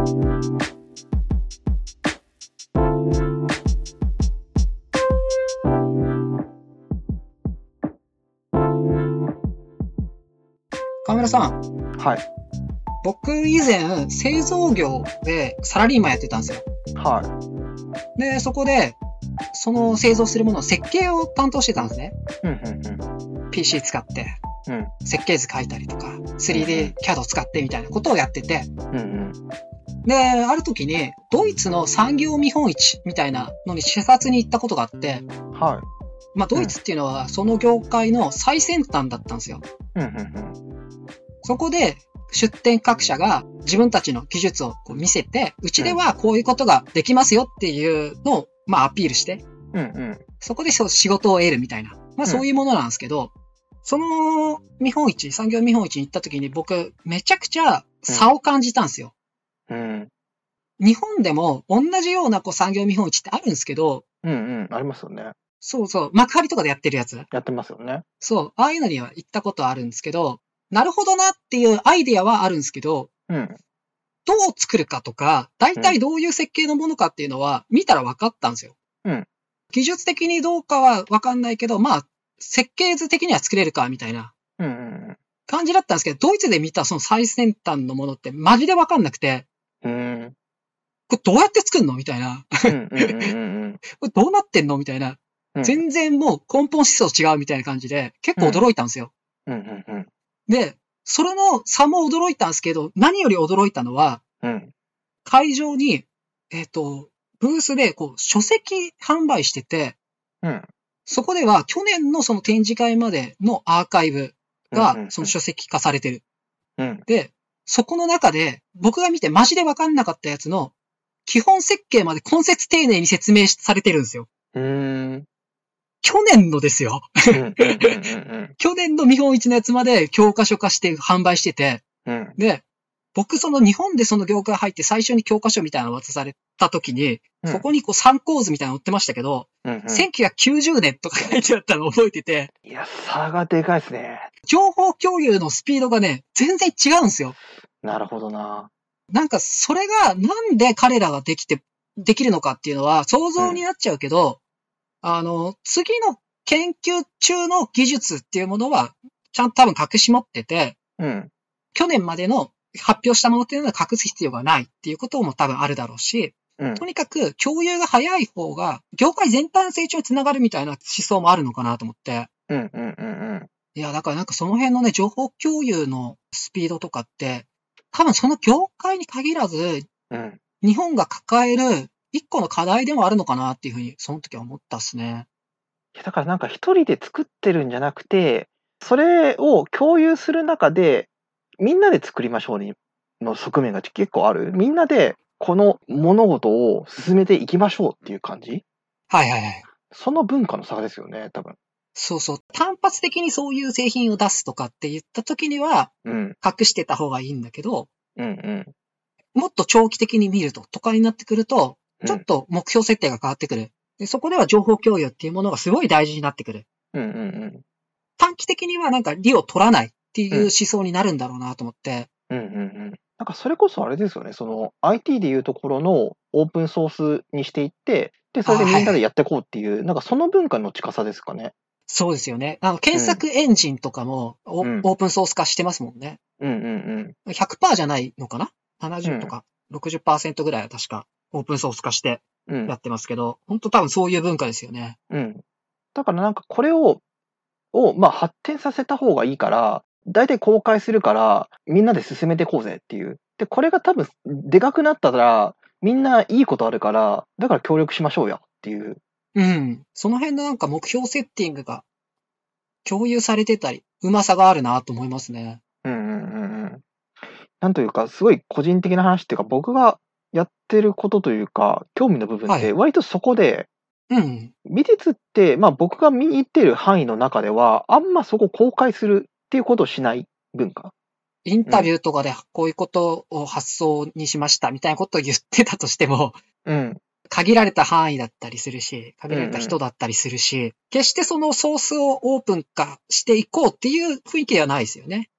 河村さん、 はい。 僕以前製造業でサラリーマンやってたんですよ。 はで、そこで、その製造するものの設計を担当してたんですね。 い。 PC 使って、 うん設計図書いたりとか、3D CAD を使ってみたいなことをやってて、 うんで、ある時に、ドイツの産業見本市みたいなのに視察に行ったことがあって、 はまあ、ドイツっていうのはその業界の最先端だったんですよ。 い。 そこで、出展各社が自分たちの技術をこう見せて、うちではこういうことができますよっていうのを、まあ、アピールして、そこで仕事を得るみたいな、まあ、そういうものなんですけど、その見本市、産業見本市に行った時に僕、めちゃくちゃ差を感じたんですよ。日本でも同じようなこう産業見本市ってあるんですけど、 ありますよね。 そうそう、幕張とかでやってるやつ。 やってますよね。 そう、ああいうのには行ったことあるんですけど、なるほどなっていうアイディアはあるんですけど、どう作るかとか、大体どういう設計のものかっていうのは見たら分かったんですよ。技術的にどうかは分かんないけど、まあ、設計図的には作れるか、みたいな感じだったんですけど、ドイツで見たその最先端のものってマジで分かんなくて、これどうやって作るのみたいな。これどうなってんのみたいな。全然もう根本思想違うみたいな感じで、結構驚いたんですよ。で、それの差も驚いたんですけど、何より驚いたのは、会場に、ブースでこう書籍販売してて、そこでは去年のその展示会までのアーカイブがその書籍化されてる。で、そこの中で僕が見てマジで分かんなかったやつの基本設計まで根節丁寧に説明されてるんですよ。去年のですよ。去年の見本市のやつまで教科書化して販売してて、で、僕その日本でその業界入って最初に教科書みたいなの渡された時に、そこにこう参考図みたいなの載ってましたけど、1990年とか書いてあったのを覚えてて、 いや、差がでかいですね。 情報共有のスピードがね、全然違うんですよ。 なるほどな。 なんかそれがなんで彼らができるのかっていうのは想像になっちゃうけど、次の研究中の技術っていうものは、ちゃんと多分隠し持ってて、去年までの発表したものっていうのは隠す必要がないっていうことも多分あるだろうし、とにかく共有が早い方が、業界全体の成長につながるみたいな思想もあるのかなと思って。いや、だからなんかその辺のね、情報共有のスピードとかって、多分その業界に限らず、日本が抱える一個の課題でもあるのかなっていうふうに、その時は思ったっすね。 いや、だからなんか一人で作ってるんじゃなくて、それを共有する中で、みんなで作りましょうねの側面が結構ある。みんなでこの物事を進めていきましょうっていう感じ。 はいはいはい。 その文化の差ですよね、多分。 そうそう。単発的にそういう製品を出すとかって言った時には、隠してた方がいいんだけど、もっと長期的に見るとかになってくると、ちょっと目標設定が変わってくる。でそこでは情報共有っていうものがすごい大事になってくる。短期的にはなんか利を取らないっていう思想になるんだろうなと思って。 なんかそれこそあれですよね、その IT でいうところのオープンソースにしていって、で、それでみんなでやっていこうっていう、なんかその文化の近さですかね。 そうですよね。検索エンジンとかもオープンソース化してますもんね。100% じゃないのかな ?70 とか 60% ぐらいは確かオープンソース化してやってますけど、本当多分そういう文化ですよね。 だからなんかこれをまあ発展させた方がいいから、だいたい公開するから、みんなで進めていこうぜっていう。で、これが多分でかくなったら、みんないいことあるから、だから協力しましょうやっていう。 その辺のなんか目標セッティングが共有されてたり、うまさがあるなと思いますね。 なんというか、すごい個人的な話っていうか、僕がやってることというか、興味の部分って割とそこで、美術って、まあ僕が見に行っている範囲の中では、あんまそこ公開するっていうことをしない文化。 インタビューとかでこういうことを発想にしましたみたいなことを言ってたとしても、限られた範囲だったりするし、限られた人だったりするし、決してそのソースをオープン化していこうっていう雰囲気ではないですよね。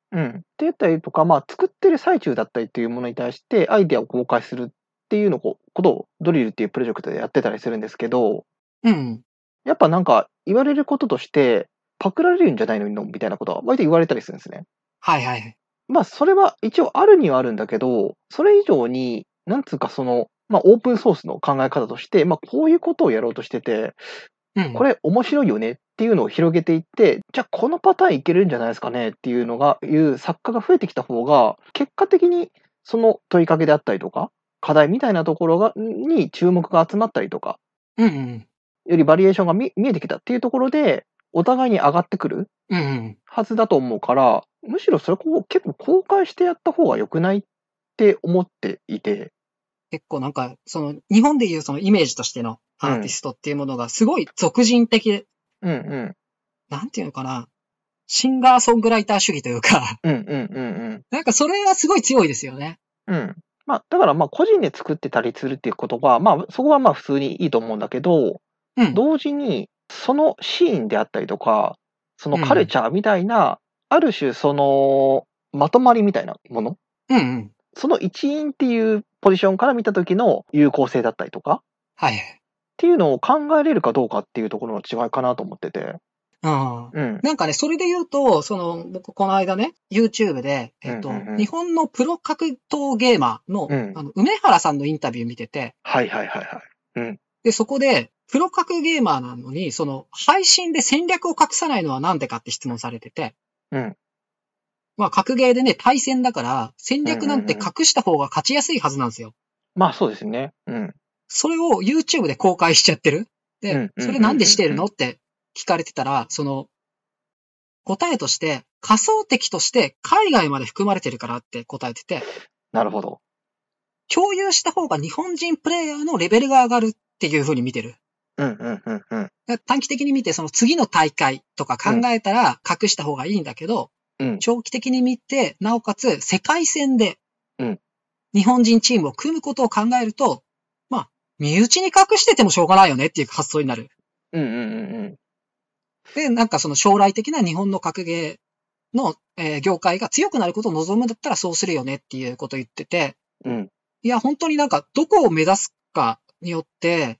うん。って言ったりとか、まあ、作ってる最中だったりっていうものに対して、アイデアを公開するっていうのことを、ドリルっていうプロジェクトでやってたりするんですけど、 うん。 やっぱなんか、言われることとして、パクられるんじゃないのみたいなことは割と言われたりするんですね。 はいはいはい。 まあ、それは一応あるにはあるんだけど、それ以上に、なんつうかその、まあ、オープンソースの考え方として、まあ、こういうことをやろうとしてて、 うん。 これ面白いよねっていうのを広げていって、じゃあこのパターンいけるんじゃないですかねっていうのが、いう作家が増えてきた方が、結果的にその問いかけであったりとか、課題みたいなところに注目が集まったりとか、 うんうん。 よりバリエーションが見えてきたっていうところで、お互いに上がってくるうんうん。 はずだと思うから、むしろそれを結構公開してやった方が良くないって思っていて。 結構なんか、日本でいうそのイメージとしてのアーティストっていうものがすごい俗人的で、 うんうん。 なんていうのかな、シンガーソングライター主義というか、 うんうんうんうん。 なんかそれがすごい強いですよね。 うん。まあ、だからまあ個人で作ってたりするっていうことは、まあそこはまあ普通にいいと思うんだけど、 うん。 同時にそのシーンであったりとか、そのうん。 カルチャーみたいな、ある種そのまとまりみたいなもの、 うんうん。 その一員っていうポジションから見た時の有効性だったりとかっはい。 ていうのを考えれるかどうかっていうところの違いかなと思ってて。 うん。 うん。 なんかね、それで言うと、僕この間ね、YouTube で、 うんうんうん。 日本のプロ格闘ゲーマーの、 うん。 梅原さんのインタビュー見てて、 はいはいはいはい。うん。 で、そこで、プロ格ゲーマーなのに、配信で戦略を隠さないのはなんでかって質問されてて、 うん。 まあ、格ゲーでね、対戦だから、戦うん略なんてうんうん。 隠した方が勝ちやすいはずなんですよ。 まあそうですね。うん。 それを YouTube で公開しちゃってる。で、 うんうんうんそれなんでしてうんうん。 るのって聞かれてたら、答えとして、仮想敵として海外まで含まれてるからって答えてて、 なるほど。 共有した方が日本人プレイヤーのレベルが上がるっていう風に見てる。 うんうんうんうん。 短期的に見て、その次の大会とか考うん。 えたら隠した方がいいんだけど、 うん。 長期的に見て、なおかつ世界戦でうん。 日本人チームを組むことを考えると、まあ、身内に隠しててもしょうがないよねっていう発想になる。 うんうんうんうん。 で、なんかその将来的な日本の格ゲーの、業界が強くなることを望むんだったらそうするよねっていうことを言ってて、 うん。 いや、本当になんかどこを目指すかによって、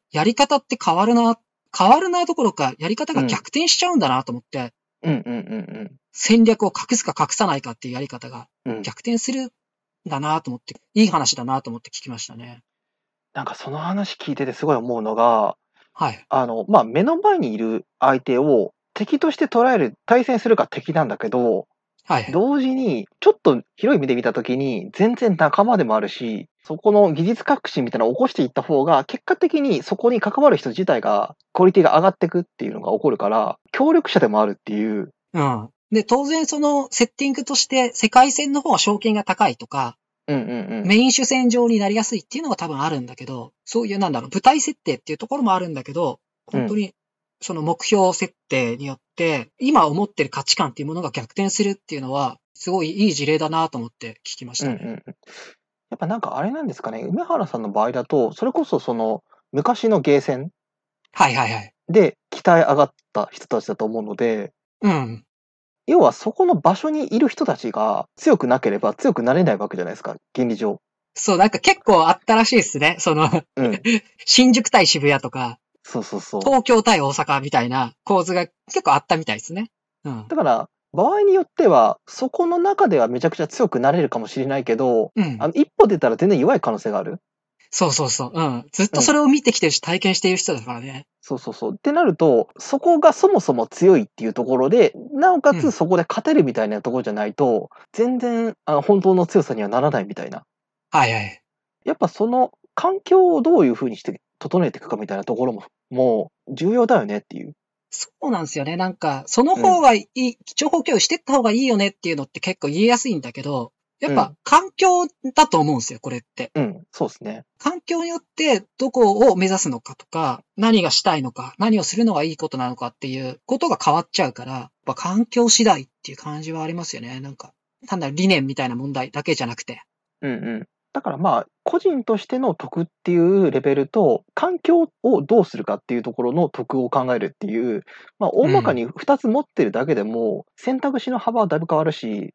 やり方って変わるなどころか、やり方が逆転しちゃうんだなと思って、 うんうんうんうん。 戦略を隠すか隠さないかっていうやり方がうん。 逆転するんだなと思って、いい話だなと思って聞きましたね。 なんかその話聞いててすごい思うのが、 はい。 まあ、目の前にいる相手を敵として捉える、対戦するか敵なんだけど、 はい。 同時にちょっと広い目で見た時に全然仲間でもあるし、そこの技術革新みたいなのを起こしていった方が、結果的にそこに関わる人自体がクオリティが上がっていくっていうのが起こるから、協力者でもあるっていう。 うん。で、当然そのセッティングとして世界戦の方が賞金が高いとか、 うんうんうん。 メイン主戦場になりやすいっていうのが多分あるんだけど、そういうなんだろう、舞台設定っていうところもあるんだけど、 うん。 本当にその目標設定によって、今思ってる価値観っていうものが逆転するっていうのは、すごいいい事例だなと思って聞きましたね。 うんうんうん。やっぱなんかあれなんですかね、梅原さんの場合だと、それこそその昔のゲーセンはいはいはい。 で鍛え上がった人たちだと思うので、 うん。 要はそこの場所にいる人たちが強くなければ強くなれないわけじゃないですか、原理上。 そう、なんか結構あったらしいですね。 うん。 新宿対渋谷とか、 そうそうそう。 東京対大阪みたいな構図が結構あったみたいですね。うん。 だから、場合によっては、そこの中ではめちゃくちゃ強くなれるかもしれないけど、 うん。 一歩出たら全然弱い可能性がある。 そうそうそう。うん。ずっうん。 とそれを見てきてるし、体験している人だからね。 そうそうそう。ってなると、そこがそもそも強いっていうところで、なおかうん。 つそこで勝てるみたいなところじゃないと、全然、本当の強さにはならないみたいな。 はいはい。 やっぱその環境をどういう風にして整えていくかみたいなところもう重要だよねっていう。 そうなんですよね。なんか、そのうん。 方がいい、情報共有してった方がいいよねっていうのって結構言いやすいんだけど、やっぱうん。 環境だと思うんですよ、これって。 うん。そうですね。 環境によってどこを目指すのかとか、何がしたいのか、何をするのがいいことなのかっていうことが変わっちゃうから、やっぱ環境次第っていう感じはありますよね。なんか、単なる理念みたいな問題だけじゃなくて。 うんうん。だからまあ、個人としての得っていうレベルと、環境をどうするかっていうところの得を考えるっていう、まあ、大まかうん。 に2つ持ってるだけでも、選択肢の幅はだいぶ変わるし、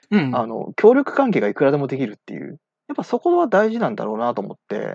うん。 協力関係がいくらでもできるっていう。やっぱそこは大事なんだろうなと思って。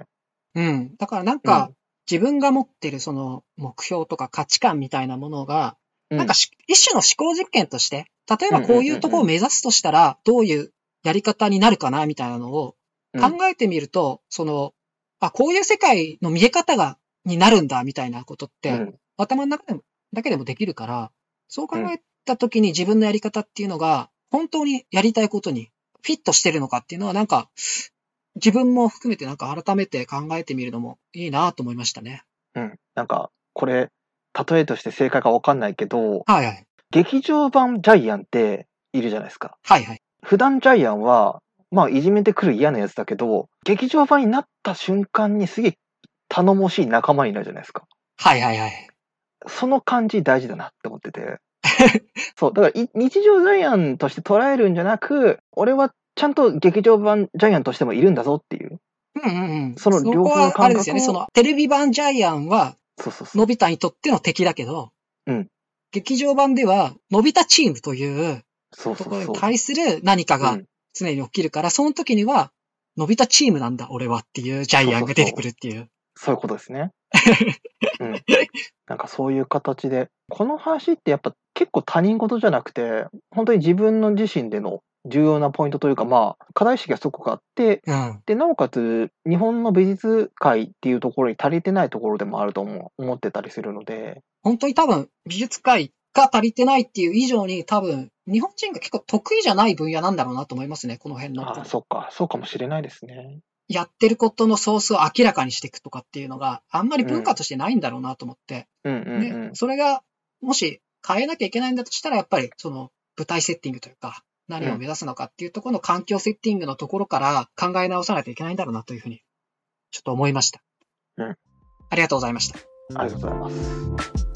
うん。だからなんうか、 ん。 自分が持ってるその目標とか価値観みたいなものが、なんかうん。 一種の思考実験として、例えうんうんばこういうところをうん目指すとしたら、どういうやり方になるかなみたいなのをうん。 考えてみると、こういう世界の見え方になるんだみたいなことって、頭の中だけでもできるから、そう考えた時に自分のやり方っていうのが、本当にやりたいことにフィットしてるのかっていうのはなんか、自分も含めてなんか改めて考えてみるのもいいなと思いましたね。 うん。なんか、これ、例えとして正解かわかんないけど、 はいはい。 劇場版ジャイアンっているじゃないですか。 はいはい。 普段ジャイアンは、まあ、いじめてくる嫌なやつだけど、劇場版になった瞬間にすげえ頼もしい仲間になるじゃないですか。 はいはいはい。 その感じ大事だなって思ってて。そう、だから日常ジャイアンとして捉えるんじゃなく、俺はちゃんと劇場版ジャイアンとしてもいるんだぞっていう、 うんうんうん。 そのそこ両方のはあれですよね。 感覚を、 テレビ版ジャイアンは、 そうそうそう。 のび太にとっての敵だけど、 うん。 劇場版では、のび太チームというそうところにそうそう。 対する何かがうん。 常に起きるから、その時には、のび太チームなんだ、俺はっていうジャイアンが出てくるっていう。 そういうことですね。うん。なんかそういう形で、この話ってやっぱ結構他人事じゃなくて、本当に自分の自身での重要なポイントというか、まあ、課題意識がすごくあって、 うん。 で、なおかつ日本の美術界っていうところに足りてないところでもあると思ってたりするので、 本当に多分、美術界が足りてないっていう以上に多分、日本人が結構得意じゃない分野なんだろうなと思いますね、この辺の。 ああ、そっか、そうかもしれないですね。 やってることのソースを明らかにしていくとかっていうのがあんまり文化うん。 としてないんだろうなと思って。 うんうんで、 うん。 それがもし変えなきゃいけないんだとしたらやっぱりその舞台セッティングというか何を目指すのかっていうところの環境セッティングのところから考え直さないといけないんだろうなというふうにちょっと思いました。 うん。 ありがとうございました。 ありがとうございます。